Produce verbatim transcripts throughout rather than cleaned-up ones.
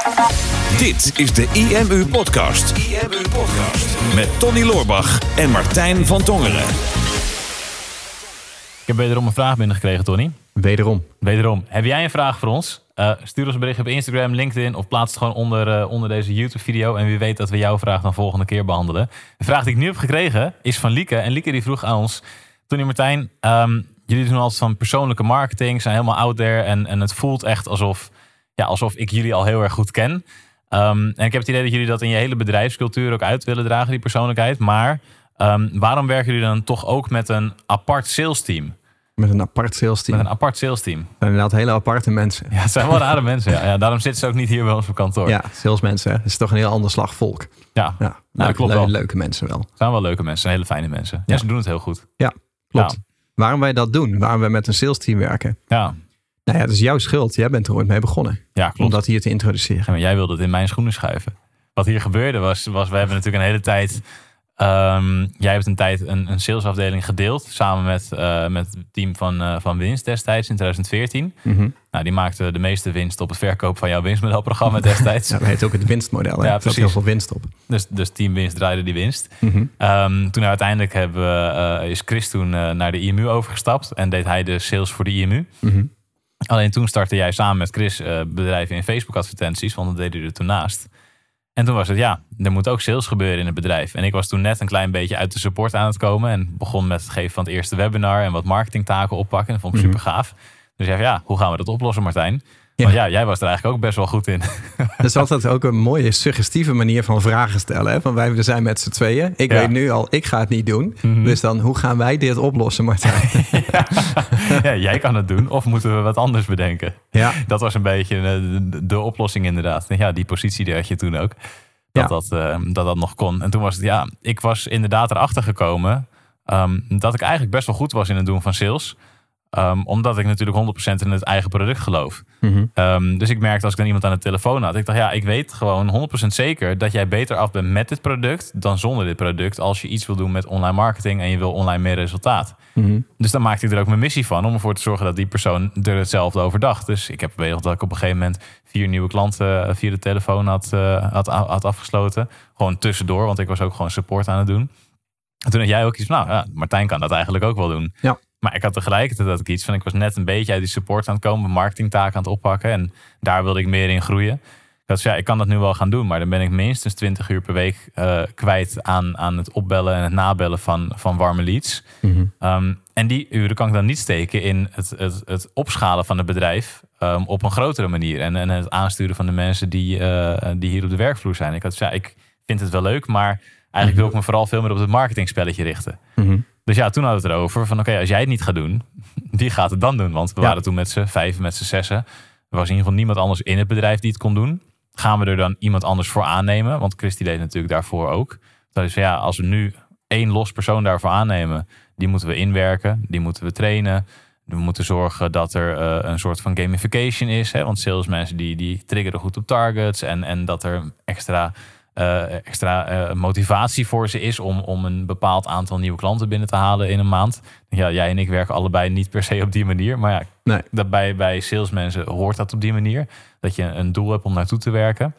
Dit is de I M U-podcast. I M U-podcast. Met Tony Loorbach en Martijn van Tongeren. Ik heb wederom een vraag binnengekregen, Tony. Wederom. Wederom. Heb jij een vraag voor ons? Uh, stuur ons een bericht op Instagram, LinkedIn of plaats het gewoon onder, uh, onder deze YouTube-video. En wie weet dat we jouw vraag dan volgende keer behandelen. De vraag die ik nu heb gekregen is van Lieke. En Lieke die vroeg aan ons: Tony, Martijn, um, jullie doen altijd van persoonlijke marketing, zijn helemaal out there. En, en het voelt echt alsof, ja, alsof ik jullie al heel erg goed ken. Um, en ik heb het idee dat jullie dat in je hele bedrijfscultuur ook uit willen dragen, die persoonlijkheid. Maar um, waarom werken jullie dan toch ook met een apart sales team? Met een apart sales team. Met een apart sales team. Dat zijn inderdaad hele aparte mensen. Ja, het zijn wel rare mensen. Ja. Ja, daarom zitten ze ook niet hier bij ons op kantoor. Ja, salesmensen. Het is toch een heel ander slag volk. Ja, ja, nou, leuk, dat klopt le- wel. Leuke mensen wel. Het zijn wel leuke mensen, zijn hele fijne mensen. Ja, Ja. ze doen het heel goed. Ja, klopt. Ja. Waarom wij dat doen, waarom wij met een sales team werken. Ja, Nou ja, dat is jouw schuld. Jij bent er ooit mee begonnen. ja klopt. Om dat hier te introduceren. Ja, maar jij wilde het in mijn schoenen schuiven. Wat hier gebeurde was, was we hebben natuurlijk een hele tijd... Um, jij hebt een tijd een, een salesafdeling gedeeld. Samen met, uh, met het team van, uh, van Winst destijds in twintig veertien. Mm-hmm. Nou, die maakte de meeste winst op het verkoop van jouw winstmodelprogramma destijds. Ja, dat heet ook het winstmodel. Hè? Ja, Er zat precies. heel veel winst op. Dus, dus Team Winst draaide die winst. Mm-hmm. Um, toen uiteindelijk hebben we, uh, is Chris toen uh, naar de I M U overgestapt. En deed hij de sales voor de I M U. Mm-hmm. Alleen toen startte jij samen met Chris uh, bedrijven in Facebook advertenties. Want dat deden jullie er toen naast. En toen was het, ja, er moet ook sales gebeuren in het bedrijf. En ik was toen net een klein beetje uit de support aan het komen. En begon met het geven van het eerste webinar en wat marketingtaken oppakken. En dat vond ik Mm-hmm. super gaaf. Dus ik zei, ja, hoe gaan we dat oplossen, Martijn? Ja. Want ja, jij was er eigenlijk ook best wel goed in. Dat is altijd ook een mooie suggestieve manier van vragen stellen. Hè? Van wij zijn met z'n tweeën. Ik Ja. weet nu al, ik ga het niet doen. Mm-hmm. Dus dan, hoe gaan wij dit oplossen, Martijn? ja. ja, jij kan het doen. Of moeten we wat anders bedenken? Ja. Dat was een beetje de, de, de oplossing inderdaad. Ja, die positie die had je toen ook. Dat, Ja. dat, uh, dat dat nog kon. En toen was het, ja, ik was inderdaad erachter gekomen um, dat ik eigenlijk best wel goed was in het doen van sales. Um, omdat ik natuurlijk honderd procent in het eigen product geloof. Mm-hmm. Um, dus ik merkte als ik dan iemand aan de telefoon had. Ik dacht, ja, ik weet gewoon honderd procent zeker dat jij beter af bent met dit product dan zonder dit product. Als je iets wil doen met online marketing en je wil online meer resultaat. Mm-hmm. Dus dan maakte ik er ook mijn missie van om ervoor te zorgen dat die persoon er hetzelfde over dacht. Dus ik heb beweegd dat ik op een gegeven moment vier nieuwe klanten via de telefoon had, uh, had, had afgesloten. Gewoon tussendoor, want ik was ook gewoon support aan het doen. En toen had jij ook iets van, nou ja, Martijn kan dat eigenlijk ook wel doen. Ja. Maar ik had tegelijkertijd dat ik iets van, ik was net een beetje uit die support aan het komen, marketingtaken aan het oppakken. En daar wilde ik meer in groeien. Dat is, ja, ik kan dat nu wel gaan doen, maar dan ben ik minstens twintig uur per week uh, kwijt aan, aan het opbellen en het nabellen van, van warme leads. Mm-hmm. Um, en die uren kan ik dan niet steken in het, het, het opschalen van het bedrijf um, op een grotere manier. En, en het aansturen van de mensen die, uh, die hier op de werkvloer zijn. Ik had ja, ik vind het wel leuk, maar eigenlijk wil ik me vooral veel meer op het marketingspelletje richten. Mm-hmm. Dus ja, toen hadden we het erover van oké, okay, als jij het niet gaat doen, wie gaat het dan doen? Want we Ja. waren toen met z'n vijf, met z'n zessen. Er was in ieder geval niemand anders in het bedrijf die het kon doen. Gaan we er dan iemand anders voor aannemen? Want Christy deed natuurlijk daarvoor ook. Dat is van ja, als we nu één los persoon daarvoor aannemen, die moeten we inwerken, die moeten we trainen. We moeten zorgen dat er uh, een soort van gamification is. Hè? Want salesmensen die, die triggeren goed op targets. En, en dat er extra, uh, extra uh, motivatie voor ze is om, om een bepaald aantal nieuwe klanten binnen te halen in een maand. Ja, jij en ik werken allebei niet per se op die manier. Maar ja, Nee. dat bij, bij salesmensen hoort dat op die manier. Dat je een doel hebt om naartoe te werken.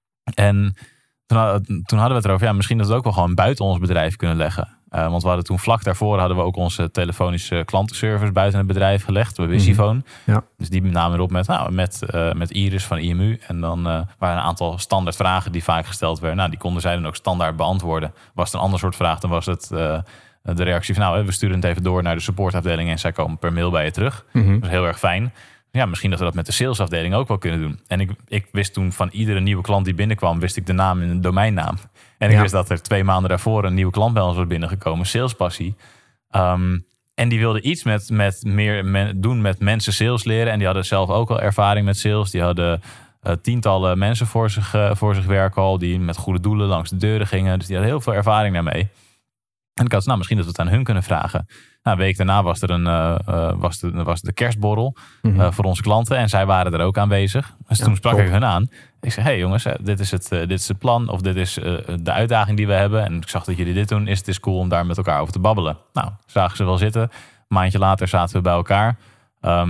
En toen, toen hadden we het erover, ja, misschien dat we het ook wel gewoon buiten ons bedrijf kunnen leggen. Uh, want we hadden toen vlak daarvoor hadden we ook onze telefonische klantenservice buiten het bedrijf gelegd. We Wisiphone. Mm-hmm. Ja. Dus die namen erop met, nou, met, uh, met Iris van I M U. En dan uh, waren een aantal standaard vragen die vaak gesteld werden. Nou, die konden zij dan ook standaard beantwoorden. Was het een ander soort vraag, dan was het uh, de reactie van, nou, we sturen het even door naar de supportafdeling en zij komen per mail bij je terug. Mm-hmm. Dat is heel erg fijn. Ja, misschien dat we dat met de salesafdeling ook wel kunnen doen. En ik, ik wist toen van iedere nieuwe klant die binnenkwam, wist ik de naam en de domeinnaam. En ik Ja. wist dat er twee maanden daarvoor een nieuwe klant bij ons was binnengekomen, Salespassie. Um, en die wilde iets met, met meer men, doen met mensen sales leren. En die hadden zelf ook al ervaring met sales. Die hadden uh, tientallen mensen voor zich, uh, voor zich werken al, die met goede doelen langs de deuren gingen. Dus die hadden heel veel ervaring daarmee. En ik had, nou, misschien dat we het aan hun kunnen vragen. Nou, een week daarna was er een, uh, uh, was de, was de kerstborrel Mm-hmm. uh, voor onze klanten. En zij waren er ook aanwezig. Dus Ja, toen sprak top. ik hun aan. Ik zei, hey jongens, uh, dit, is het, uh, dit is het plan. Of dit is uh, de uitdaging die we hebben. En ik zag dat jullie dit doen. Is het is cool om daar met elkaar over te babbelen. Nou, zagen ze wel zitten. Een maandje later zaten we bij elkaar. Um,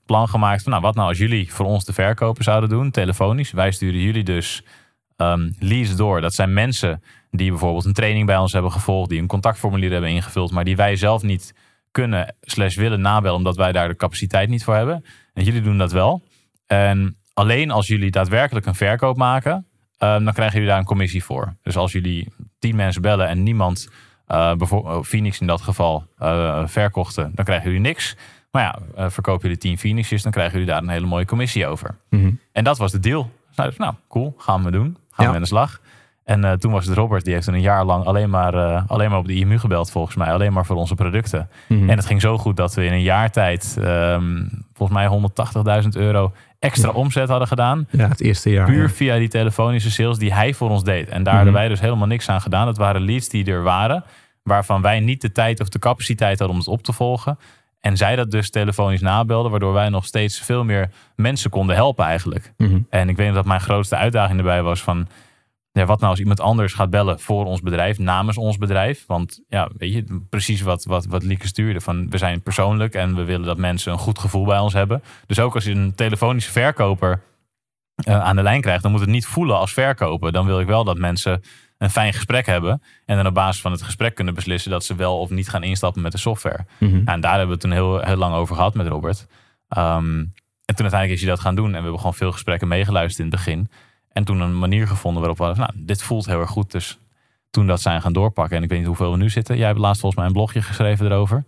plan gemaakt van, nou, wat nou als jullie voor ons de verkopen zouden doen, telefonisch. Wij sturen jullie dus um, leads door. Dat zijn mensen die bijvoorbeeld een training bij ons hebben gevolgd, die een contactformulier hebben ingevuld, maar die wij zelf niet kunnen slash willen nabellen, omdat wij daar de capaciteit niet voor hebben. En jullie doen dat wel. En alleen als jullie daadwerkelijk een verkoop maken, um, dan krijgen jullie daar een commissie voor. Dus als jullie tien mensen bellen en niemand, uh, bijvoorbeeld Phoenix in dat geval, uh, verkochten, dan krijgen jullie niks. Maar ja, uh, verkopen jullie tien Phoenixjes, dan krijgen jullie daar een hele mooie commissie over. Mm-hmm. En dat was de deal. Nou, dus, nou, cool, gaan we doen. Gaan ja. we aan de slag. En uh, toen was het Robert, die heeft een jaar lang alleen maar, uh, alleen maar op de I M U gebeld volgens mij. Alleen maar voor onze producten. Mm-hmm. En het ging zo goed dat we in een jaar tijd um, volgens mij honderdtachtigduizend euro extra ja. omzet hadden gedaan. Ja, het eerste jaar. Puur ja. via die telefonische sales die hij voor ons deed. En daar mm-hmm. hadden wij dus helemaal niks aan gedaan. Dat waren leads die er waren, waarvan wij niet de tijd of de capaciteit hadden om het op te volgen. En zij dat dus telefonisch nabelden, waardoor wij nog steeds veel meer mensen konden helpen eigenlijk. Mm-hmm. En ik weet dat mijn grootste uitdaging erbij was van, ja, wat nou als iemand anders gaat bellen voor ons bedrijf, namens ons bedrijf? Want ja, weet je, precies wat, wat, wat Lieke stuurde. Van, we zijn persoonlijk en we willen dat mensen een goed gevoel bij ons hebben. Dus ook als je een telefonische verkoper uh, aan de lijn krijgt, dan moet het niet voelen als verkopen. Dan wil ik wel dat mensen een fijn gesprek hebben. En dan op basis van het gesprek kunnen beslissen dat ze wel of niet gaan instappen met de software. Mm-hmm. En daar hebben we het toen heel, heel lang over gehad met Robert. Um, en toen uiteindelijk is hij dat gaan doen. En we hebben gewoon veel gesprekken meegeluisterd in het begin. En toen een manier gevonden waarop we hadden, nou, dit voelt heel erg goed. Dus toen dat zijn gaan doorpakken. En ik weet niet hoeveel we nu zitten. Jij hebt laatst volgens mij een blogje geschreven erover.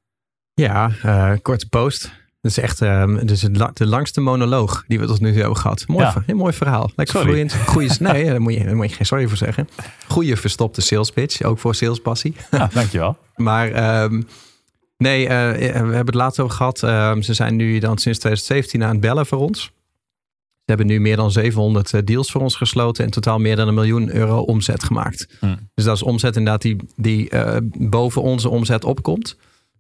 Ja, uh, korte post. Dat is echt uh, dus de langste monoloog die we tot nu toe hebben gehad. Mooi, ja. een mooi verhaal. Lekker sorry. vloeiend. Goeie, nee, daar moet, je, daar moet je geen sorry voor zeggen. Goeie verstopte sales pitch. Ook voor salespassie. Ja, dankjewel. Maar um, nee, uh, we hebben het laatst over gehad. Uh, ze zijn nu dan sinds twintig zeventien aan het bellen voor ons. Ze hebben nu meer dan zevenhonderd deals voor ons gesloten. En totaal meer dan een miljoen euro omzet gemaakt. Hmm. Dus dat is omzet inderdaad die, die uh, boven onze omzet opkomt.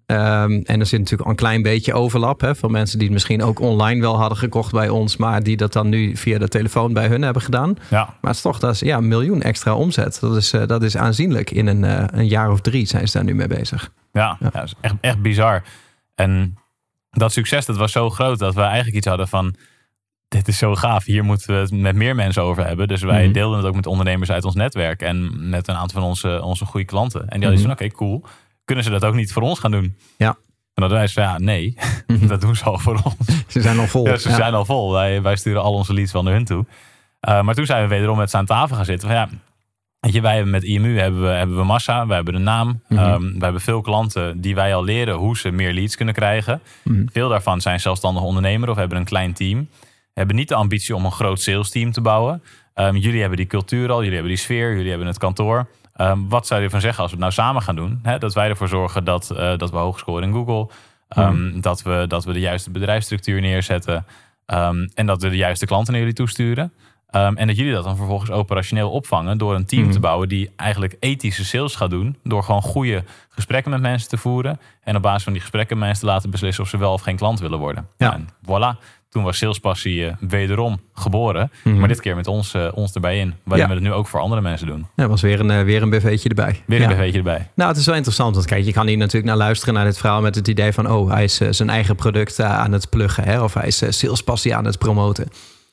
Um, en er zit natuurlijk al een klein beetje overlap. Hè, van mensen die het misschien ook online wel hadden gekocht bij ons. Maar die dat dan nu via de telefoon bij hun hebben gedaan. Ja. Maar het is toch, dat is ja, een miljoen extra omzet. Dat is, uh, dat is aanzienlijk. In een, uh, een jaar of drie zijn ze daar nu mee bezig. Ja, ja. ja dat is echt, echt bizar. En dat succes, dat was zo groot dat we eigenlijk iets hadden van, dit is zo gaaf, hier moeten we het met meer mensen over hebben. Dus wij mm-hmm. deelden het ook met ondernemers uit ons netwerk. En met een aantal van onze, onze goede klanten. En die hadden mm-hmm. van, oké, okay, cool. Kunnen ze dat ook niet voor ons gaan doen? Ja. En dat wij zeiden, ja, nee, mm-hmm. dat doen ze al voor ons. Ze zijn al vol. Ja, ze ja. zijn al vol. Wij, wij sturen al onze leads wel naar hun toe. Uh, maar toen zijn we wederom met ze aan tafel gaan zitten. Van, ja, weet je, wij hebben met I M U hebben we, hebben we massa, wij hebben de naam. Mm-hmm. Um, we hebben veel klanten die wij al leren hoe ze meer leads kunnen krijgen. Mm-hmm. Veel daarvan zijn zelfstandig ondernemer of hebben een klein team. Hebben niet de ambitie om een groot sales team te bouwen. Um, jullie hebben die cultuur al, jullie hebben die sfeer, jullie hebben het kantoor. Um, wat zou je ervan zeggen als we het nou samen gaan doen? Hè? Dat wij ervoor zorgen dat, uh, dat we hoog scoren in Google. Um, mm. dat, we, dat we de juiste bedrijfsstructuur neerzetten. Um, en dat we de juiste klanten naar jullie toesturen. Um, en dat jullie dat dan vervolgens operationeel opvangen door een team mm. te bouwen die eigenlijk ethische sales gaat doen. Door gewoon goede gesprekken met mensen te voeren. En op basis van die gesprekken mensen te laten beslissen of ze wel of geen klant willen worden. Ja. En voilà. Toen was salespassie uh, wederom geboren. Mm-hmm. Maar dit keer met ons, uh, ons erbij in. Waarin ja. we het nu ook voor andere mensen doen. Ja, was weer een, uh, weer een B V'tje erbij. Weer ja. een B V'tje erbij. Nou, het is wel interessant. Want kijk, je kan hier natuurlijk naar luisteren naar dit verhaal met het idee van, oh, hij is uh, zijn eigen product uh, aan het pluggen. Hè? Of hij is uh, salespassie aan het promoten.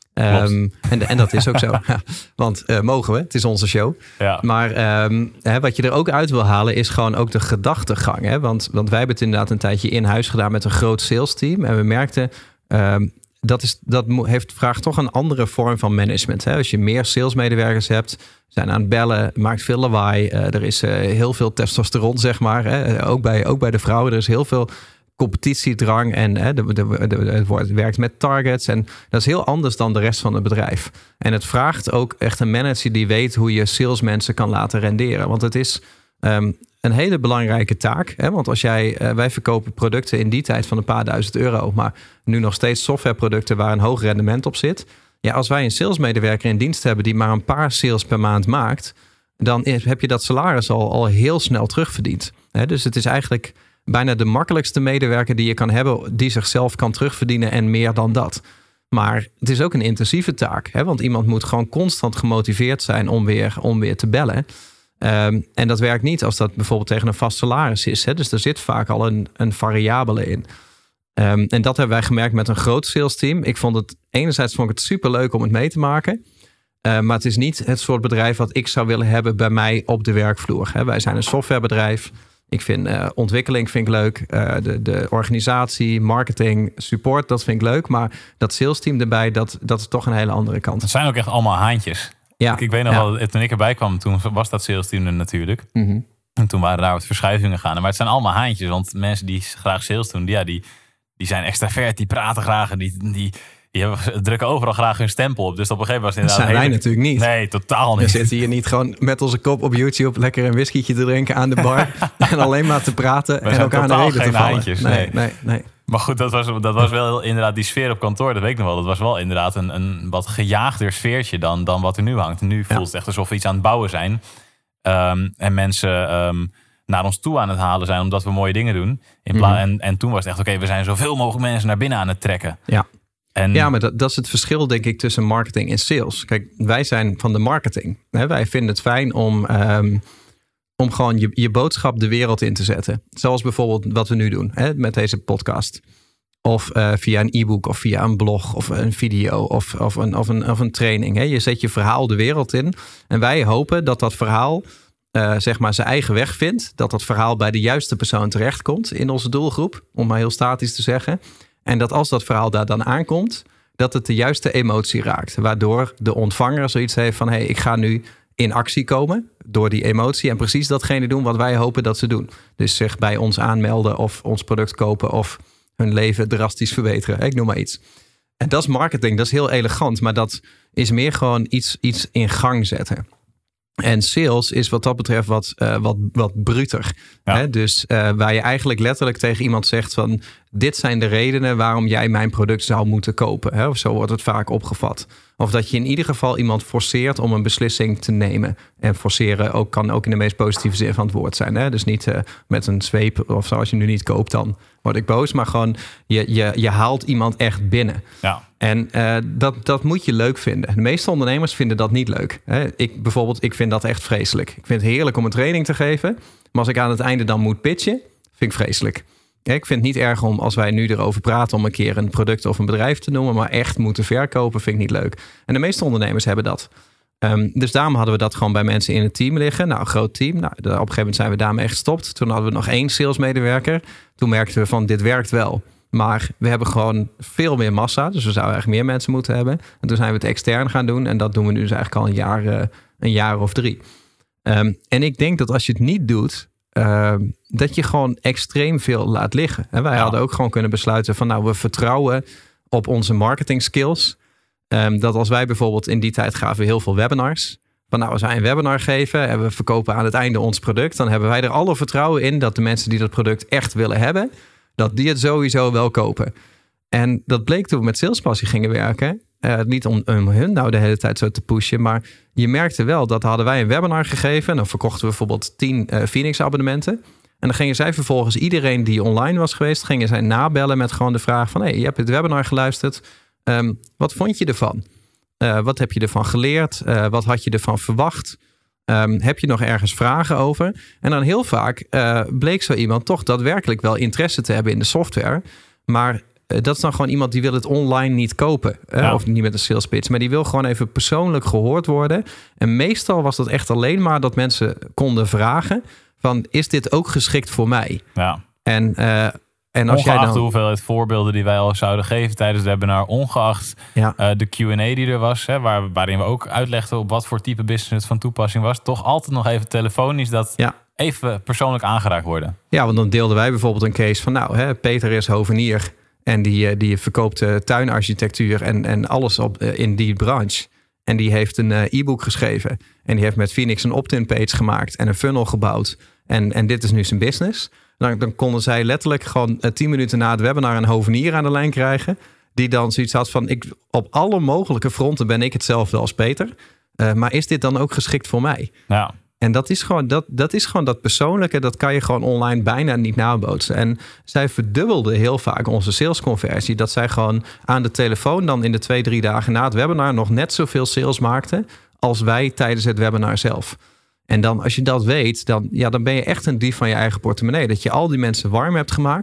Um, en, en dat is ook zo. Ja, want uh, mogen we, het is onze show. Ja. Maar um, hè, wat je er ook uit wil halen is gewoon ook de gedachtegang. Hè? Want, want wij hebben het inderdaad een tijdje in huis gedaan met een groot sales team. En we merkten, um, dat, is, dat heeft, vraagt toch een andere vorm van management. Hè? Als je meer salesmedewerkers hebt, zijn aan het bellen, maakt veel lawaai. Uh, er is uh, heel veel testosteron, zeg maar. Hè? Ook, bij, ook bij de vrouwen, er is heel veel competitiedrang en hè, de, de, de, het wordt, werkt met targets. En dat is heel anders dan de rest van het bedrijf. En het vraagt ook echt een manager die weet hoe je salesmensen kan laten renderen. Want het is um, een hele belangrijke taak. Hè? Want als jij, uh, wij verkopen producten in die tijd van een paar duizend euro, maar nu nog steeds softwareproducten waar een hoog rendement op zit. Ja, als wij een salesmedewerker in dienst hebben die maar een paar sales per maand maakt, dan is, heb je dat salaris al, al heel snel terugverdiend. Hè? Dus het is eigenlijk bijna de makkelijkste medewerker die je kan hebben, die zichzelf kan terugverdienen en meer dan dat. Maar het is ook een intensieve taak. Hè? Want iemand moet gewoon constant gemotiveerd zijn om weer, om weer te bellen. Um, en dat werkt niet als dat bijvoorbeeld tegen een vast salaris is. Hè? Dus er zit vaak al een, een variabele in. Um, en dat hebben wij gemerkt met een groot sales team. Ik vond het, enerzijds vond ik het superleuk om het mee te maken. Uh, maar het is niet het soort bedrijf wat ik zou willen hebben bij mij op de werkvloer. Hè, wij zijn een softwarebedrijf. Ik vind uh, ontwikkeling vind ik leuk. Uh, de, de organisatie, marketing, support, dat vind ik leuk. Maar dat sales team erbij, dat, dat is toch een hele andere kant. Het zijn ook echt allemaal haantjes. Ja, ik, ik weet nog ja. wel, toen ik erbij kwam, toen was dat sales team er natuurlijk. Mm-hmm. En toen waren daar wat verschuivingen gaande. Maar het zijn allemaal haantjes. Want mensen die graag sales doen, die, ja, die, die zijn extravert. Die praten graag. Die, die, die hebben, drukken overal graag hun stempel op. Dus op een gegeven moment was het inderdaad... Dat zijn hele... wij natuurlijk niet. Nee, totaal niet. We zitten hier niet gewoon met onze kop op YouTube... lekker een whiskietje te drinken aan de bar... en alleen maar te praten we en elkaar aan de reden te vallen. Haantjes, nee, nee. nee, nee. Maar goed, dat was, dat was wel inderdaad die sfeer op kantoor. Dat weet ik nog wel. Dat was wel inderdaad een, een wat gejaagder sfeertje dan, dan wat er nu hangt. En nu voelt ja. het echt alsof we iets aan het bouwen zijn. Um, en mensen um, naar ons toe aan het halen zijn omdat we mooie dingen doen. In pla- mm-hmm. en, en toen was het echt, oké, okay, we zijn zoveel mogelijk mensen naar binnen aan het trekken. Ja, en... ja maar dat, dat is het verschil denk ik tussen marketing en sales. Kijk, wij zijn van de marketing. Hè? Wij vinden het fijn om... Um, om gewoon je, je boodschap de wereld in te zetten. Zoals bijvoorbeeld wat we nu doen hè, met deze podcast. Of uh, via een e-book of via een blog of een video of, of, een, of, een, of een training. Hè. Je zet je verhaal de wereld in. En wij hopen dat dat verhaal uh, zeg maar zijn eigen weg vindt. Dat dat verhaal bij de juiste persoon terechtkomt in onze doelgroep. Om maar heel statisch te zeggen. En dat als dat verhaal daar dan aankomt, dat het de juiste emotie raakt. Waardoor de ontvanger zoiets heeft van... hé, hey, ik ga nu in actie komen door die emotie... en precies datgene doen wat wij hopen dat ze doen. Dus zich bij ons aanmelden of ons product kopen... of hun leven drastisch verbeteren. Ik noem maar iets. En dat is marketing, dat is heel elegant... maar dat is meer gewoon iets, iets in gang zetten. En sales is wat dat betreft wat, uh, wat, wat bruter. Ja. Hè? Dus uh, waar je eigenlijk letterlijk tegen iemand zegt van... dit zijn de redenen waarom jij mijn product zou moeten kopen. Hè? Of zo wordt het vaak opgevat. Of dat je in ieder geval iemand forceert om een beslissing te nemen. En forceren ook, kan ook in de meest positieve zin van het woord zijn. Hè? Dus niet uh, met een zweep of zo, als je nu niet koopt, dan word ik boos. Maar gewoon, je, je, je haalt iemand echt binnen. Ja. En uh, dat, dat moet je leuk vinden. De meeste ondernemers vinden dat niet leuk. Hè? Ik bijvoorbeeld, ik vind dat echt vreselijk. Ik vind het heerlijk om een training te geven. Maar als ik aan het einde dan moet pitchen, vind ik vreselijk. Ik vind het niet erg om, als wij nu erover praten... om een keer een product of een bedrijf te noemen... maar echt moeten verkopen vind ik niet leuk. En de meeste ondernemers hebben dat. Um, dus daarom hadden we dat gewoon bij mensen in het team liggen. Nou, een groot team. Nou, op een gegeven moment zijn we daarmee gestopt. Toen hadden we nog één salesmedewerker. Toen merkten we van, dit werkt wel. Maar we hebben gewoon veel meer massa. Dus we zouden eigenlijk meer mensen moeten hebben. En toen zijn we het extern gaan doen. En dat doen we nu dus eigenlijk al een jaar, uh, een jaar of drie. Um, en ik denk dat als je het niet doet... Uh, dat je gewoon extreem veel laat liggen. En wij ja. hadden ook gewoon kunnen besluiten van... nou, we vertrouwen op onze marketing skills. Um, dat als wij bijvoorbeeld in die tijd gaven heel veel webinars... van nou, als wij een webinar geven... en we verkopen aan het einde ons product... dan hebben wij er alle vertrouwen in... dat de mensen die dat product echt willen hebben... dat die het sowieso wel kopen. En dat bleek toen we met Salespassie gingen werken... Uh, niet om, om hun nou de hele tijd zo te pushen... maar je merkte wel dat hadden wij een webinar gegeven... en dan verkochten we bijvoorbeeld tien uh, Phoenix abonnementen... en dan gingen zij vervolgens iedereen die online was geweest... gingen zij nabellen met gewoon de vraag van... hé, hey, je hebt het webinar geluisterd, um, wat vond je ervan? Uh, wat heb je ervan geleerd? Uh, wat had je ervan verwacht? Um, heb je nog ergens vragen over? En dan heel vaak uh, bleek zo iemand toch daadwerkelijk wel interesse te hebben in de software... maar dat is dan gewoon iemand die wil het online niet kopen. Ja. Uh, of niet met een sales pitch. Maar die wil gewoon even persoonlijk gehoord worden. En meestal was dat echt alleen maar dat mensen konden vragen... van is dit ook geschikt voor mij? Ja. En, uh, en als ongeacht jij dan... de hoeveelheid voorbeelden die wij al zouden geven tijdens het webinar... ongeacht ja. uh, de Q en A die er was... Hè, waar, waarin we ook uitlegden op wat voor type business het van toepassing was... toch altijd nog even telefonisch dat... Ja. even persoonlijk aangeraakt worden. Ja, want dan deelden wij bijvoorbeeld een case van... nou, hè, Peter is hovenier... En die, die verkoopt uh, tuinarchitectuur en, en alles op, uh, in die branche. En die heeft een uh, e-book geschreven. En die heeft met Phoenix een opt-in page gemaakt en een funnel gebouwd. En, en dit is nu zijn business. Dan, dan konden zij letterlijk gewoon uh, tien minuten na het webinar een hovenier aan de lijn krijgen. Die dan zoiets had van, ik, op alle mogelijke fronten ben ik hetzelfde als Peter. Uh, maar is dit dan ook geschikt voor mij? Ja. En dat is, gewoon, dat, dat is gewoon dat persoonlijke, dat kan je gewoon online bijna niet nabootsen. En zij verdubbelden heel vaak onze salesconversie. Dat zij gewoon aan de telefoon dan in de twee, drie dagen na het webinar nog net zoveel sales maakten als wij tijdens het webinar zelf. En dan als je dat weet, dan, ja, dan ben je echt een dief van je eigen portemonnee. Dat je al die mensen warm hebt gemaakt.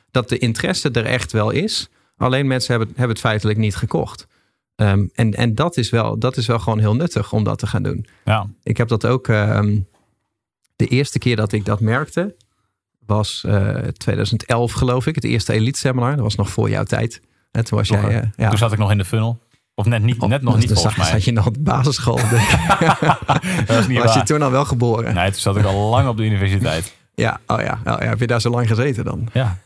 dat de interesse er echt wel is. Alleen mensen hebben, hebben het feitelijk niet gekocht. Um, en en dat, is wel, dat is wel gewoon heel nuttig om dat te gaan doen. Ja. Ik heb dat ook... Um, de eerste keer dat ik dat merkte... was uh, twintig elf geloof ik. Het eerste Elite Seminar. Dat was nog voor jouw tijd. En toen, was jij, uh, ja. toen zat ik nog in de funnel. Of net, niet, net nog oh, niet volgens zat, mij. Zat je nog op de basisschool? dat was niet was waar. Je toen al wel geboren? Nee, toen zat ik al lang op de universiteit. Ja, oh ja, oh ja. Heb je daar zo lang gezeten dan? Ja.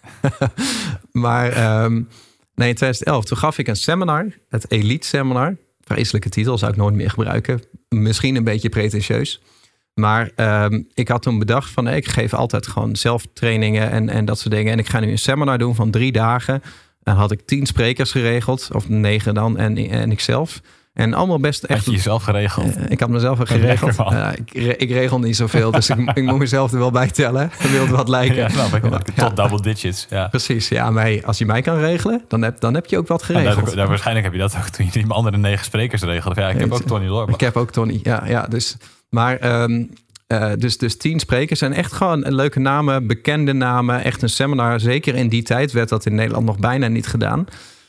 maar um, nee, in twintig elf, toen gaf ik een seminar. Het Elite Seminar. Vreselijke titel, zou ik nooit meer gebruiken. Misschien een beetje pretentieus. Maar um, ik had toen bedacht van... Nee, ik geef altijd gewoon zelftrainingen en, en dat soort dingen. En ik ga nu een seminar doen van drie dagen. En had ik tien sprekers geregeld. Of negen dan en, en ikzelf. En allemaal best echt... Had je jezelf geregeld? Uh, ik had mezelf al geregeld. Uh, ik, ik regel niet zoveel, dus ik, ik moet mezelf er wel bij tellen. Dat wilde wat lijken. Ja, nou, ik, tot ja. double digits. Ja. Precies, ja. Maar als je mij kan regelen, dan heb, dan heb je ook wat geregeld. Ja, daar, daar, waarschijnlijk heb je dat ook toen je die andere negen sprekers regelde. Ja, ik heb ook Tony Loorbach. Ik heb ook Tony, ja. ja dus, maar... Um, Uh, dus, dus tien sprekers en echt gewoon leuke namen, bekende namen. Echt een seminar. Zeker in die tijd werd dat in Nederland nog bijna niet gedaan.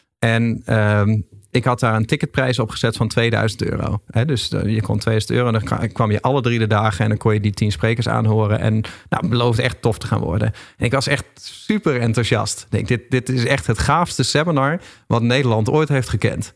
En uh, ik had daar een ticketprijs op gezet van tweeduizend euro. He, dus uh, je kon tweeduizend euro en dan kwam je alle drie de dagen... en dan kon je die tien sprekers aanhoren. En nou, het beloofde echt tof te gaan worden. En ik was echt super enthousiast. Ik denk, dit, dit is echt het gaafste seminar wat Nederland ooit heeft gekend.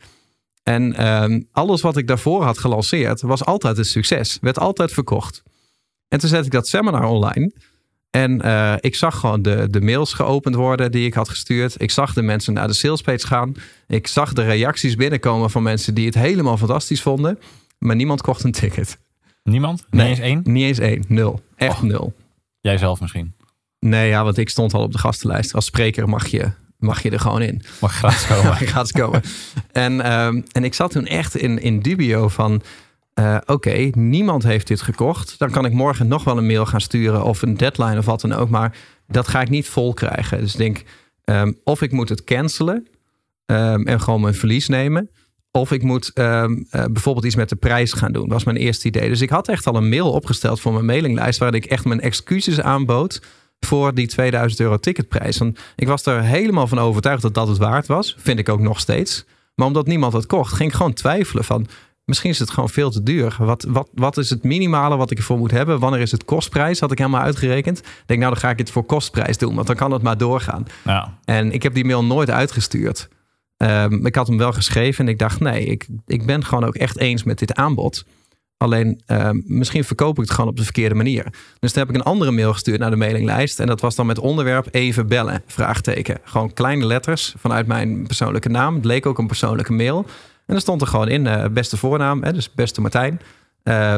En uh, alles wat ik daarvoor had gelanceerd was altijd een succes. Werd altijd verkocht. En toen zette ik dat seminar online. En uh, ik zag gewoon de, de mails geopend worden die ik had gestuurd. Ik zag de mensen naar de salespage gaan. Ik zag de reacties binnenkomen van mensen die het helemaal fantastisch vonden. Maar niemand kocht een ticket. Niemand? Niet nee, eens één? Niet eens één. Nul. Echt oh. nul. Jij zelf misschien? Nee, ja, want ik stond al op de gastenlijst. Als spreker mag je, mag je er gewoon in. Mag gratis komen. mag gratis komen. en, um, en ik zat toen echt in, in dubio van... Uh, Oké, okay, niemand heeft dit gekocht. Dan kan ik morgen nog wel een mail gaan sturen... of een deadline of wat dan ook. Maar dat ga ik niet vol krijgen. Dus ik denk, um, of ik moet het cancelen... Um, en gewoon mijn verlies nemen... of ik moet um, uh, bijvoorbeeld iets met de prijs gaan doen. Dat was mijn eerste idee. Dus ik had echt al een mail opgesteld voor mijn mailinglijst... waarin ik echt mijn excuses aanbood... voor die tweeduizend euro ticketprijs. Want ik was er helemaal van overtuigd dat dat het waard was. Vind ik ook nog steeds. Maar omdat niemand het kocht, ging ik gewoon twijfelen van... Misschien is het gewoon veel te duur. Wat, wat, wat is het minimale wat ik ervoor moet hebben? Wanneer is het kostprijs? Had ik helemaal uitgerekend. Ik denk, nou dan ga ik het voor kostprijs doen. Want dan kan het maar doorgaan. Ja. En ik heb die mail nooit uitgestuurd. Um, ik had hem wel geschreven en ik dacht... nee, ik, ik ben gewoon ook echt eens met dit aanbod. Alleen, um, misschien verkoop ik het gewoon op de verkeerde manier. Dus toen heb ik een andere mail gestuurd naar de mailinglijst. En dat was dan met onderwerp even bellen, vraagteken. Gewoon kleine letters vanuit mijn persoonlijke naam. Het leek ook een persoonlijke mail... En er stond er gewoon in, uh, beste voornaam, hè, dus beste Martijn. Uh,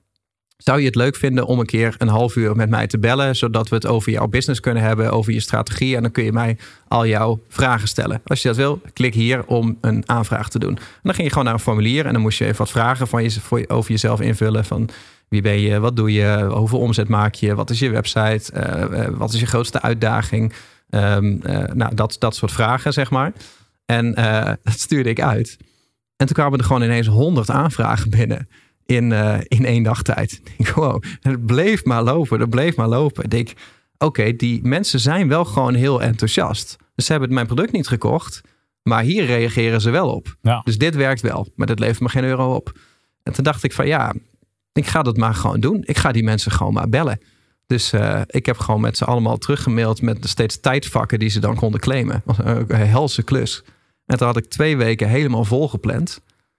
zou je het leuk vinden om een keer een half uur met mij te bellen... zodat we het over jouw business kunnen hebben, over je strategie... en dan kun je mij al jouw vragen stellen. Als je dat wil, klik hier om een aanvraag te doen. En dan ging je gewoon naar een formulier... en dan moest je even wat vragen van je, voor je, over jezelf invullen... van wie ben je, wat doe je, hoeveel omzet maak je... wat is je website, uh, uh, wat is je grootste uitdaging... Um, uh, nou, dat, dat soort vragen, zeg maar. En uh, dat stuurde ik uit... En toen kwamen er gewoon ineens honderd aanvragen binnen in, uh, in één dag tijd. Ik denk, wow, en het bleef maar lopen, het bleef maar lopen. Ik denk, oké, okay, die mensen zijn wel gewoon heel enthousiast. Dus ze hebben mijn product niet gekocht, maar hier reageren ze wel op. Ja. Dus dit werkt wel, maar dat levert me geen euro op. En toen dacht ik van ja, ik ga dat maar gewoon doen. Ik ga die mensen gewoon maar bellen. Dus uh, ik heb gewoon met ze allemaal teruggemaild met steeds tijdvakken die ze dan konden claimen. Dat was een helse klus. En toen had ik twee weken helemaal volgepland.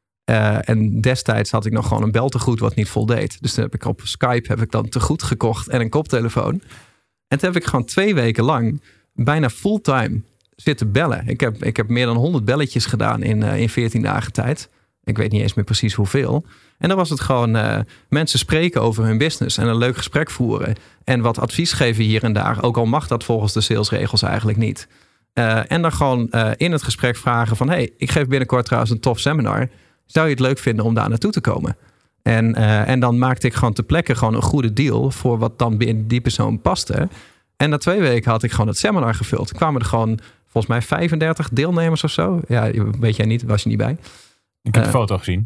Uh, en destijds had ik nog gewoon een beltegoed wat niet voldeed. Dus toen heb ik op Skype heb ik dan tegoed gekocht en een koptelefoon. En toen heb ik gewoon twee weken lang bijna fulltime zitten bellen. Ik heb, ik heb meer dan honderd belletjes gedaan in, uh, in veertien dagen tijd. Ik weet niet eens meer precies hoeveel. En dan was het gewoon uh, mensen spreken over hun business en een leuk gesprek voeren. En wat advies geven hier en daar. Ook al mag dat volgens de salesregels eigenlijk niet. Uh, en dan gewoon uh, in het gesprek vragen van... hey, ik geef binnenkort trouwens een tof seminar. Zou je het leuk vinden om daar naartoe te komen? En, uh, en dan maakte ik gewoon ter plekke gewoon een goede deal... voor wat dan binnen die persoon paste. En na twee weken had ik gewoon het seminar gevuld. Er kwamen er gewoon volgens mij vijfendertig deelnemers of zo. Ja, weet jij niet, was je niet bij. Ik heb uh, de foto gezien.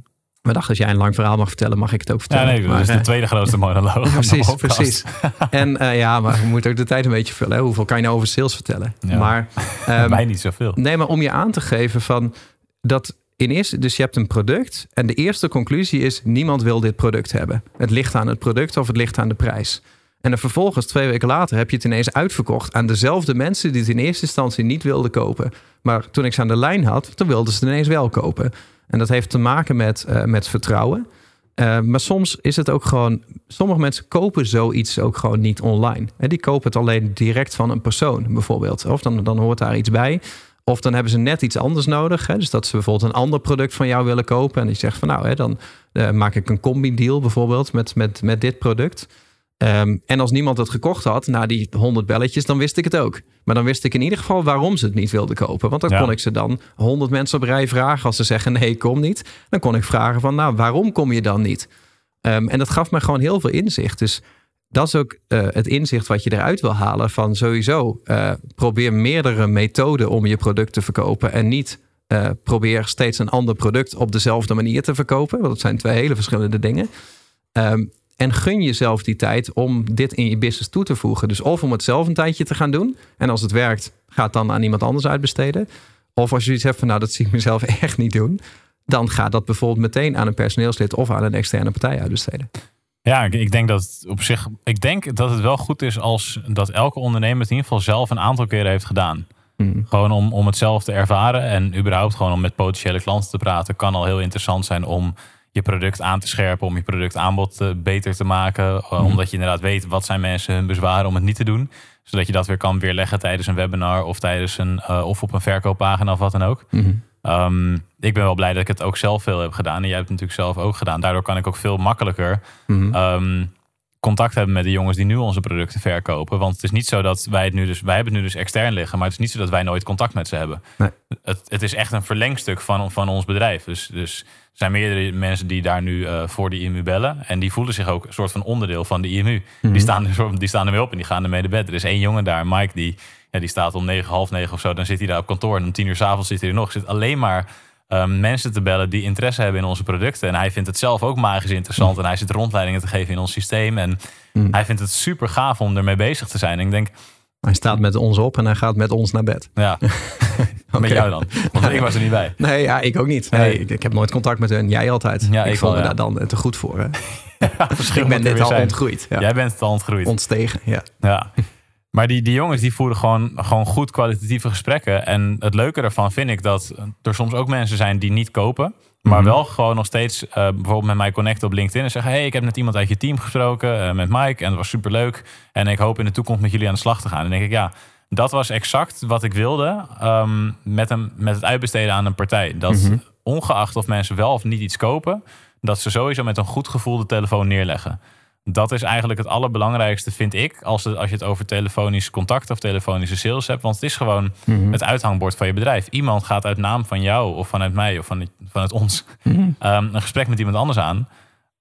Maar dacht, als jij een lang verhaal mag vertellen, mag ik het ook vertellen. Ja, nee, dat maar, is de tweede grootste monoloog. Precies, precies. En uh, ja, maar we moeten ook de tijd een beetje vullen. Hè? Hoeveel kan je nou over sales vertellen? Ja. Maar um, mij niet zoveel. Nee, maar om je aan te geven van dat in eerste, dus je hebt een product en de eerste conclusie is: niemand wil dit product hebben. Het ligt aan het product of het ligt aan de prijs. En dan vervolgens, twee weken later, heb je het ineens uitverkocht aan dezelfde mensen die het in eerste instantie niet wilden kopen. Maar toen ik ze aan de lijn had, toen wilden ze het ineens wel kopen. En dat heeft te maken met, uh, met vertrouwen. Uh, maar soms is het ook gewoon... Sommige mensen kopen zoiets ook gewoon niet online. En die kopen het alleen direct van een persoon bijvoorbeeld. Of dan, dan hoort daar iets bij. Of dan hebben ze net iets anders nodig. Hè? Dus dat ze bijvoorbeeld een ander product van jou willen kopen. En die zegt van nou, hè, dan uh, maak ik een combi-deal bijvoorbeeld met, met, met dit product. Um, en als niemand het gekocht had na die honderd belletjes, dan wist ik het ook. Maar dan wist ik in ieder geval waarom ze het niet wilden kopen. Want dan ja. kon ik ze dan honderd mensen op rij vragen. Als ze zeggen nee, kom niet. Dan kon ik vragen van nou, waarom kom je dan niet? Um, en dat gaf me gewoon heel veel inzicht. Dus dat is ook uh, het inzicht wat je eruit wil halen van sowieso. Uh, probeer meerdere methoden om je product te verkopen. En niet uh, probeer steeds een ander product op dezelfde manier te verkopen. Want dat zijn twee hele verschillende dingen. Um, En gun jezelf die tijd om dit in je business toe te voegen. Dus of om het zelf een tijdje te gaan doen. En als het werkt, ga het dan aan iemand anders uitbesteden. Of als je iets hebt van nou, dat zie ik mezelf echt niet doen. Dan ga dat bijvoorbeeld meteen aan een personeelslid of aan een externe partij uitbesteden. Ja, ik denk dat het op zich. Ik denk dat het wel goed is als dat elke ondernemer het in ieder geval zelf een aantal keren heeft gedaan. Hmm. Gewoon om, om het zelf te ervaren. En überhaupt gewoon om met potentiële klanten te praten. Kan al heel interessant zijn om je product aan te scherpen, om je productaanbod uh, beter te maken. Uh, mm. Omdat je inderdaad weet wat zijn mensen hun bezwaren om het niet te doen. Zodat je dat weer kan weerleggen tijdens een webinar of tijdens een uh, of op een verkooppagina of wat dan ook. Mm. Um, ik ben wel blij dat ik het ook zelf veel heb gedaan. En jij hebt het natuurlijk zelf ook gedaan. Daardoor kan ik ook veel makkelijker mm. um, contact hebben met de jongens die nu onze producten verkopen. Want het is niet zo dat wij het nu dus, wij hebben het nu dus extern liggen, maar het is niet zo dat wij nooit contact met ze hebben. Nee. Het, het is echt een verlengstuk van, van ons bedrijf. Dus, dus er zijn meerdere mensen die daar nu uh, voor de I M U bellen. En die voelen zich ook een soort van onderdeel van de I M U. Mm-hmm. Die staan, er, die staan ermee op en die gaan ermee de bed. Er is één jongen daar, Mike, die, ja, die staat om negen, half negen of zo. Dan zit hij daar op kantoor en om tien uur 's avonds zit hij er nog. Zit alleen maar um, mensen te bellen die interesse hebben in onze producten. En hij vindt het zelf ook magisch interessant. Mm. En hij zit rondleidingen te geven in ons systeem. En mm. hij vindt het super gaaf om ermee bezig te zijn. En ik denk, hij staat met ons op en hij gaat met ons naar bed. Ja, okay. Met jou dan. Want ik was er niet bij. Nee, ja, ik ook niet. Nee, nee. Ik, ik heb nooit contact met hun. Jij altijd. Ja, ik ik voel wel, me ja. daar dan te goed voor. Hè? Ja, ik ben dit al zijn. ontgroeid. Ja. Jij bent het al ontgroeid. Ontstegen, ja. Ja. Maar die, die jongens die voeren gewoon, gewoon goed kwalitatieve gesprekken. En het leuke daarvan vind ik dat er soms ook mensen zijn die niet kopen. Maar mm-hmm. wel gewoon nog steeds uh, bijvoorbeeld met mij connecten op LinkedIn. En zeggen, hey, ik heb net iemand uit je team gesproken. Uh, met Mike. En dat was superleuk. En ik hoop in de toekomst met jullie aan de slag te gaan. En dan denk ik, ja, dat was exact wat ik wilde. Um, met, een, met het uitbesteden aan een partij. Dat mm-hmm. ongeacht of mensen wel of niet iets kopen, dat ze sowieso met een goed gevoel de telefoon neerleggen. Dat is eigenlijk het allerbelangrijkste, vind ik, als, het, als je het over telefonisch contact of telefonische sales hebt. Want het is gewoon mm-hmm. het uithangbord van je bedrijf. Iemand gaat uit naam van jou of vanuit mij of van, vanuit ons mm-hmm. um, een gesprek met iemand anders aan.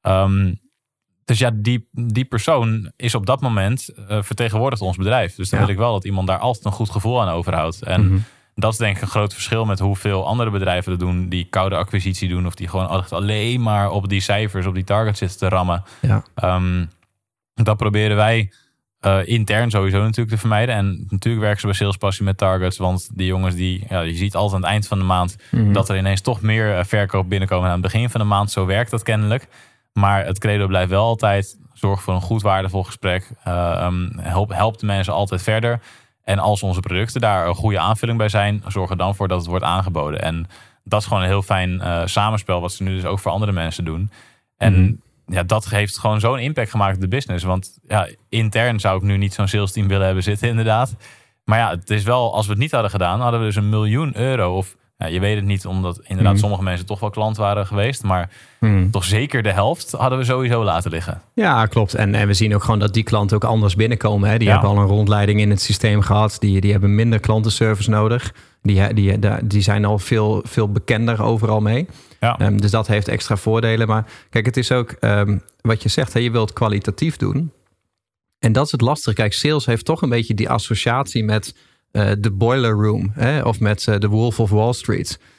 Um, dus ja, die, die persoon is op dat moment uh, vertegenwoordigt ons bedrijf. Dus dan ja. wil ik wel dat iemand daar altijd een goed gevoel aan overhoudt. En mm-hmm. dat is denk ik een groot verschil met hoeveel andere bedrijven dat doen, die koude acquisitie doen of die gewoon altijd alleen maar op die cijfers, op die targets zitten te rammen. Ja. Um, dat proberen wij uh, intern sowieso natuurlijk te vermijden. En natuurlijk werken ze bij Salespassie met targets, want die jongens die, ja, je ziet altijd aan het eind van de maand mm-hmm. dat er ineens toch meer uh, verkoop binnenkomen aan het begin van de maand. Zo werkt dat kennelijk. Maar het credo blijft wel altijd, zorg voor een goed waardevol gesprek. Uh, um, help, help de mensen altijd verder. En als onze producten daar een goede aanvulling bij zijn, zorg er dan voor dat het wordt aangeboden. En dat is gewoon een heel fijn uh, samenspel, wat ze nu dus ook voor andere mensen doen. En mm-hmm. ja, dat heeft gewoon zo'n impact gemaakt op de business. Want ja, intern zou ik nu niet zo'n sales team willen hebben zitten, inderdaad. Maar ja, het is wel, als we het niet hadden gedaan, hadden we dus een miljoen euro of ja, je weet het niet, omdat inderdaad mm. sommige mensen toch wel klant waren geweest. Maar mm. toch zeker de helft hadden we sowieso laten liggen. Ja, klopt. En, en we zien ook gewoon dat die klanten ook anders binnenkomen. Hè. Die ja. hebben al een rondleiding in het systeem gehad. Die, die hebben minder klantenservice nodig. Die, die, die, die zijn al veel, veel bekender overal mee. Ja. Um, dus dat heeft extra voordelen. Maar kijk, het is ook um, wat je zegt. Hè, je wilt kwalitatief doen. En dat is het lastige. Kijk, sales heeft toch een beetje die associatie met Uh, de boiler room, hè, of met uh, de Wolf of Wall Street.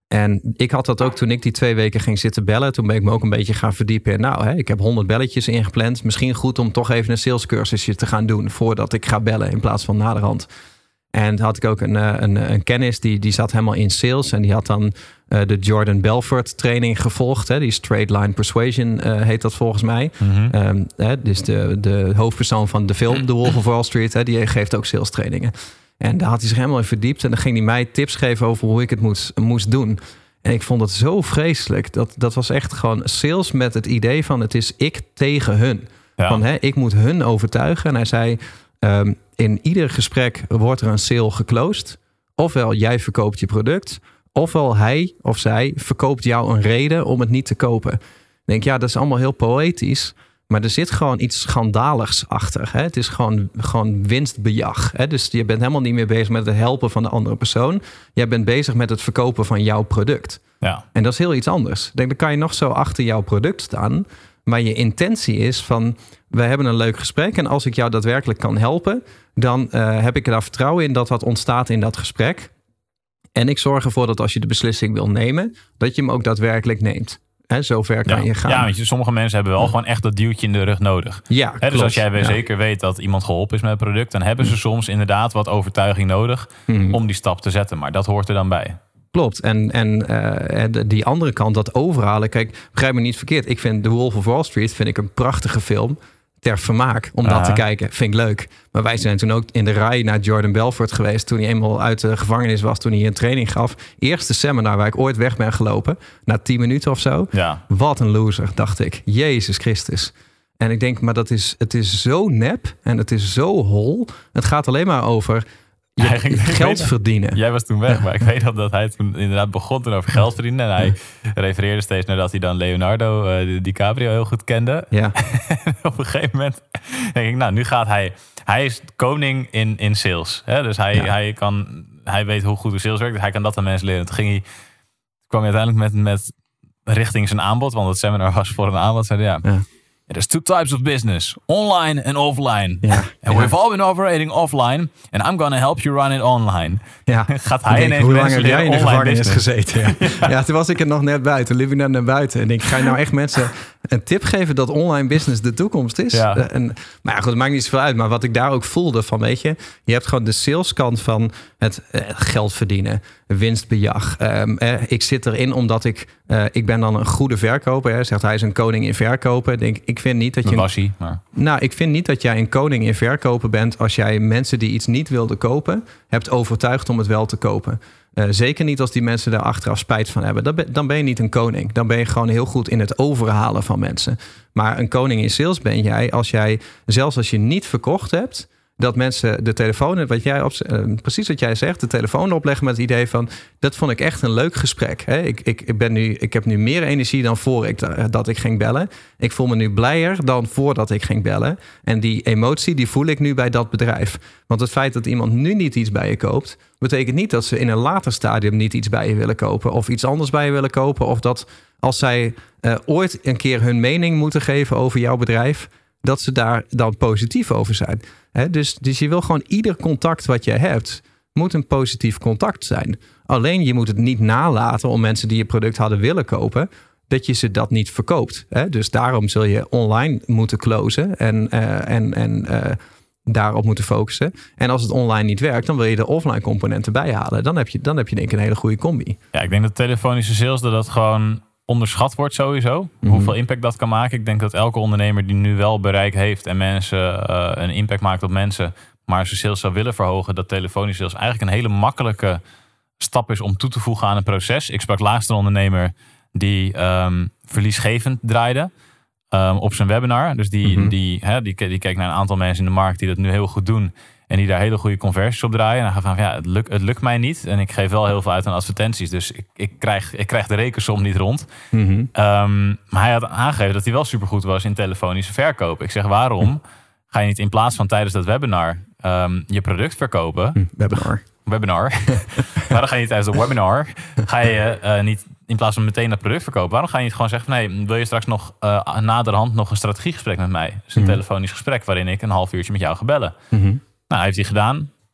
En ik had dat ook toen ik die twee weken ging zitten bellen. Toen ben ik me ook een beetje gaan verdiepen in... nou, hè, ik heb honderd belletjes ingepland. Misschien goed om toch even een salescursusje te gaan doen... voordat ik ga bellen in plaats van naderhand. En toen had ik ook een, een, een kennis die, die zat helemaal in sales. En die had dan uh, de Jordan Belfort training gevolgd. Hè, die Straight Line Persuasion uh, heet dat volgens mij. Mm-hmm. Um, hè, dus de, de hoofdpersoon van de film The Wolf of Wall Street... Hè, die geeft ook sales trainingen. En daar had hij zich helemaal in verdiept. En dan ging hij mij tips geven over hoe ik het moest, moest doen. En ik vond het zo vreselijk. Dat, dat was echt gewoon sales met het idee van... het is ik tegen hun. Ja. Van, hè, ik moet hun overtuigen. En hij zei... Um, in ieder gesprek wordt er een sale geclosed. Ofwel jij verkoopt je product... ofwel hij of zij verkoopt jou een reden om het niet te kopen. Ik denk, ja, dat is allemaal heel poëtisch... maar er zit gewoon iets schandaligs achter. Hè? Het is gewoon, gewoon winstbejag. Hè? Dus je bent helemaal niet meer bezig met het helpen van de andere persoon. Jij bent bezig met het verkopen van jouw product. Ja. En dat is heel iets anders. Ik denk, dan kan je nog zo achter jouw product staan... maar je intentie is van... we hebben een leuk gesprek... en als ik jou daadwerkelijk kan helpen... dan uh, heb ik er daar vertrouwen in dat wat ontstaat in dat gesprek. En ik zorg ervoor dat als je de beslissing wil nemen... dat je hem ook daadwerkelijk neemt. Hè, zover kan ja. je gaan. Ja, want je, sommige mensen hebben wel ja. gewoon echt dat duwtje in de rug nodig. Ja, Hè, klopt. dus als jij ja. zeker weet dat iemand geholpen is met het product... dan hebben ze soms inderdaad wat overtuiging nodig... Hmm. om die stap te zetten. Maar dat hoort er dan bij. Klopt. En, en uh, die andere kant, dat overhalen... Kijk, begrijp me niet verkeerd. Ik vind The Wolf of Wall Street vind ik een prachtige film... ter vermaak om uh-huh. dat te kijken. Vind ik leuk. Maar wij zijn toen ook in de rij naar Jordan Belfort geweest... toen hij eenmaal uit de gevangenis was... toen hij een training gaf. Eerste seminar waar ik ooit weg ben gelopen. Na tien minuten of zo. Ja. Wat een loser, dacht ik. Jezus Christus. En ik denk, maar dat is, het is zo nep... en het is zo hol. Het gaat alleen maar over... Je Hij ging, geld verdienen. Jij was toen weg, ja. maar ik weet dat hij toen inderdaad begon toen over geld verdienen. En hij ja. refereerde steeds naar dat hij dan Leonardo uh, DiCaprio heel goed kende. Ja. Op een gegeven moment denk ik, nou, nu gaat hij... Hij is koning in, in sales. Hè? Dus hij, ja. hij, kan, hij weet hoe goed de sales werkt. Dus hij kan dat aan mensen leren. Toen ging hij, kwam hij uiteindelijk met, met richting zijn aanbod. Want het seminar was voor een aanbod. Zei hij, ja... ja. There's two types of business, online and offline. Ja, and ja. we've all been operating offline, and I'm gonna help you run it online. Ja. Gaat hij ineens hoe lang heb jij in de gevangenis business? gezeten? Ja. Ja. ja, toen was ik er nog net buiten, liep ik net naar buiten. En ik ga je nou echt mensen een tip geven dat online business de toekomst is. Ja. En, maar ja, goed, het maakt niet zoveel uit. Maar wat ik daar ook voelde van, weet je, je hebt gewoon de saleskant van het eh, geld verdienen, winstbejag. Um, eh, ik zit erin omdat ik, uh, ik ben dan een goede verkoper. Hè. Zegt hij is een koning in verkopen. Denk, ik vind niet dat je... Was hij, maar... Nou, ik vind niet dat jij een koning in verkopen bent als jij mensen die iets niet wilden kopen, hebt overtuigd om het wel te kopen. Uh, zeker niet als die mensen daar achteraf spijt van hebben. Dan ben, dan ben je niet een koning. Dan ben je gewoon heel goed in het overhalen van mensen. Maar een koning in sales ben jij als jij, zelfs als je niet verkocht hebt, dat mensen de telefoon, wat jij op, uh, precies wat jij zegt, de telefoon opleggen met het idee van, dat vond ik echt een leuk gesprek. Hè? Ik, ik, ik, ben nu, ik heb nu meer energie dan voor ik, dat ik ging bellen. Ik voel me nu blijer dan voordat ik ging bellen. En die emotie, die voel ik nu bij dat bedrijf. Want het feit dat iemand nu niet iets bij je koopt, betekent niet dat ze in een later stadium niet iets bij je willen kopen of iets anders bij je willen kopen. Of dat als zij uh, ooit een keer hun mening moeten geven over jouw bedrijf, dat ze daar dan positief over zijn. He, dus, dus je wil gewoon ieder contact wat je hebt, moet een positief contact zijn. Alleen je moet het niet nalaten om mensen die je product hadden willen kopen, dat je ze dat niet verkoopt. He, dus daarom zul je online moeten closen en, uh, en, en uh, daarop moeten focussen. En als het online niet werkt, dan wil je de offline componenten bijhalen. Dan heb je, dan heb je denk ik een hele goede combi. Ja, ik denk dat telefonische sales dat dat gewoon onderschat wordt sowieso. Mm-hmm. Hoeveel impact dat kan maken. Ik denk dat elke ondernemer die nu wel bereik heeft en mensen uh, een impact maakt op mensen, maar zijn sales zou willen verhogen, dat telefonische sales eigenlijk een hele makkelijke stap is om toe te voegen aan een proces. Ik sprak laatst een ondernemer die um, verliesgevend draaide um, op zijn webinar. Dus die, mm-hmm. die, hè, die, die keek naar een aantal mensen in de markt die dat nu heel goed doen en die daar hele goede conversies op draaien. En dan gaat van, ja, het lukt, het lukt mij niet. En ik geef wel heel veel uit aan advertenties. Dus ik, ik, krijg, ik krijg de rekensom niet rond. Mm-hmm. Um, maar hij had aangegeven dat hij wel supergoed was in telefonische verkopen. Ik zeg, waarom ga je niet in plaats van tijdens dat webinar um, je product verkopen? Mm, webinar. Webinar. Waarom ga je niet tijdens de webinar, ga je uh, niet in plaats van meteen dat product verkopen, waarom ga je niet gewoon zeggen van, hey, wil je straks nog uh, naderhand nog een strategiegesprek met mij? Dus een mm-hmm. telefonisch gesprek waarin ik een half uurtje met jou ga bellen. Mm-hmm. Nou, heeft hij gedaan.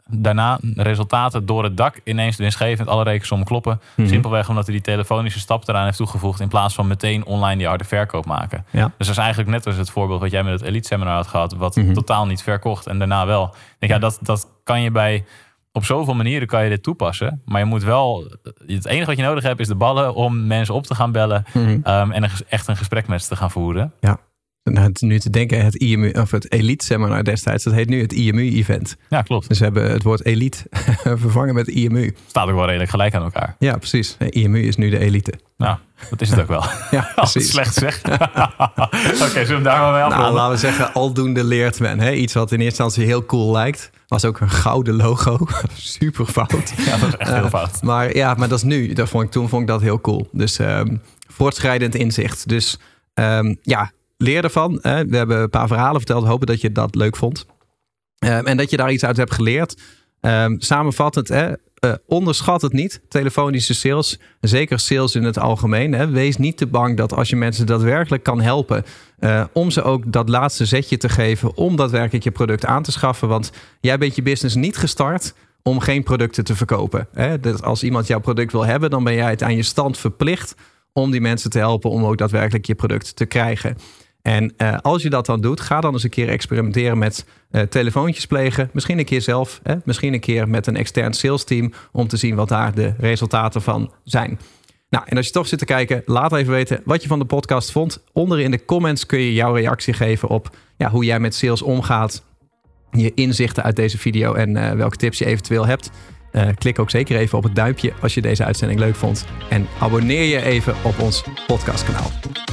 daarna resultaten door het dak ineens winstgevend, alle rekensommen kloppen. Mm-hmm. Simpelweg omdat hij die telefonische stap eraan heeft toegevoegd in plaats van meteen online die harde verkoop maken. Ja. Dus dat is eigenlijk net als het voorbeeld wat jij met het Elite Seminar had gehad, wat mm-hmm. totaal niet verkocht en daarna wel. Ik denk, ja, dat, dat kan je bij, op zoveel manieren kan je dit toepassen, maar je moet wel, het enige wat je nodig hebt is de ballen om mensen op te gaan bellen mm-hmm. um, en een, echt een gesprek met ze te gaan voeren. Ja. Nou, nu te denken, het I M U, of het Elite Seminar destijds, dat heet nu het I M U-event. Ja, klopt. Dus we hebben het woord Elite vervangen met I M U. Staat ook wel redelijk gelijk aan elkaar. Ja, precies. I M U is nu de elite. Nou, dat is het ook wel. Ja, als het slecht zegt. Oké, okay, zullen we hem daar maar mee afronden? Nou, laten we zeggen, aldoende leert men. Hè? Iets wat in eerste instantie heel cool lijkt. Was ook een gouden logo. Super fout. Ja, dat is echt heel uh, fout. Maar ja, maar dat is nu. Dat vond ik, toen vond ik dat heel cool. Dus um, voortschrijdend inzicht. Dus um, ja... leer ervan. Hè. We hebben een paar verhalen verteld. Hopen dat je dat leuk vond. Um, en dat je daar iets uit hebt geleerd. Um, samenvattend, hè, uh, onderschat het niet. Telefonische sales. Zeker sales in het algemeen. Hè. Wees niet te bang dat als je mensen daadwerkelijk kan helpen. Uh, om ze ook dat laatste zetje te geven. Om daadwerkelijk je product aan te schaffen. Want jij bent je business niet gestart om geen producten te verkopen. Hè. Dus als iemand jouw product wil hebben, dan ben jij het aan je stand verplicht om die mensen te helpen om ook daadwerkelijk je product te krijgen. En uh, als je dat dan doet, ga dan eens een keer experimenteren met uh, telefoontjes plegen. Misschien een keer zelf, hè? Misschien een keer met een extern sales team om te zien wat daar de resultaten van zijn. Nou, en als je toch zit te kijken, laat even weten wat je van de podcast vond. Onder in de comments kun je jouw reactie geven op ja, hoe jij met sales omgaat. Je inzichten uit deze video en uh, welke tips je eventueel hebt. Uh, klik ook zeker even op het duimpje als je deze uitzending leuk vond. En abonneer je even op ons podcastkanaal.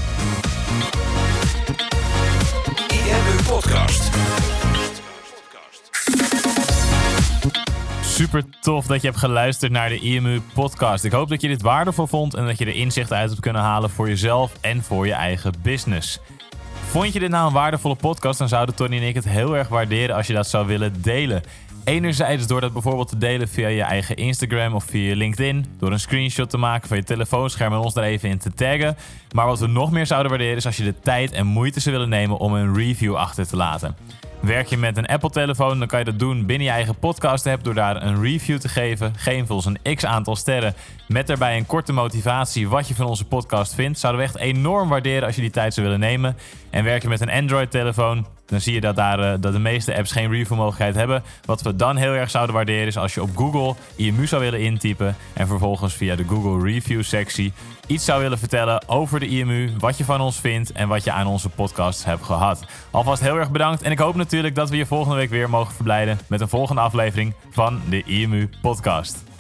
Podcast. Super tof dat je hebt geluisterd naar de I M U podcast. Ik hoop dat je dit waardevol vond en dat je er inzichten uit hebt kunnen halen voor jezelf en voor je eigen business. Vond je dit nou een waardevolle podcast, dan zouden Tony en ik het heel erg waarderen als je dat zou willen delen. Enerzijds door dat bijvoorbeeld te delen via je eigen Instagram of via je LinkedIn. Door een screenshot te maken van je telefoonscherm en ons daar even in te taggen. Maar wat we nog meer zouden waarderen is als je de tijd en moeite zou willen nemen om een review achter te laten. Werk je met een Apple-telefoon, dan kan je dat doen binnen je eigen podcast-app door daar een review te geven. Geef ons een x-aantal sterren met daarbij een korte motivatie wat je van onze podcast vindt. Zouden we echt enorm waarderen als je die tijd zou willen nemen. En werk je met een Android-telefoon, dan zie je dat, daar, uh, dat de meeste apps geen review-mogelijkheid hebben. Wat we dan heel erg zouden waarderen is als je op Google I M U zou willen intypen en vervolgens via de Google Review-sectie iets zou willen vertellen over de I M U, wat je van ons vindt en wat je aan onze podcast hebt gehad. Alvast heel erg bedankt en ik hoop natuurlijk dat we je volgende week weer mogen verblijden met een volgende aflevering van de I M U podcast.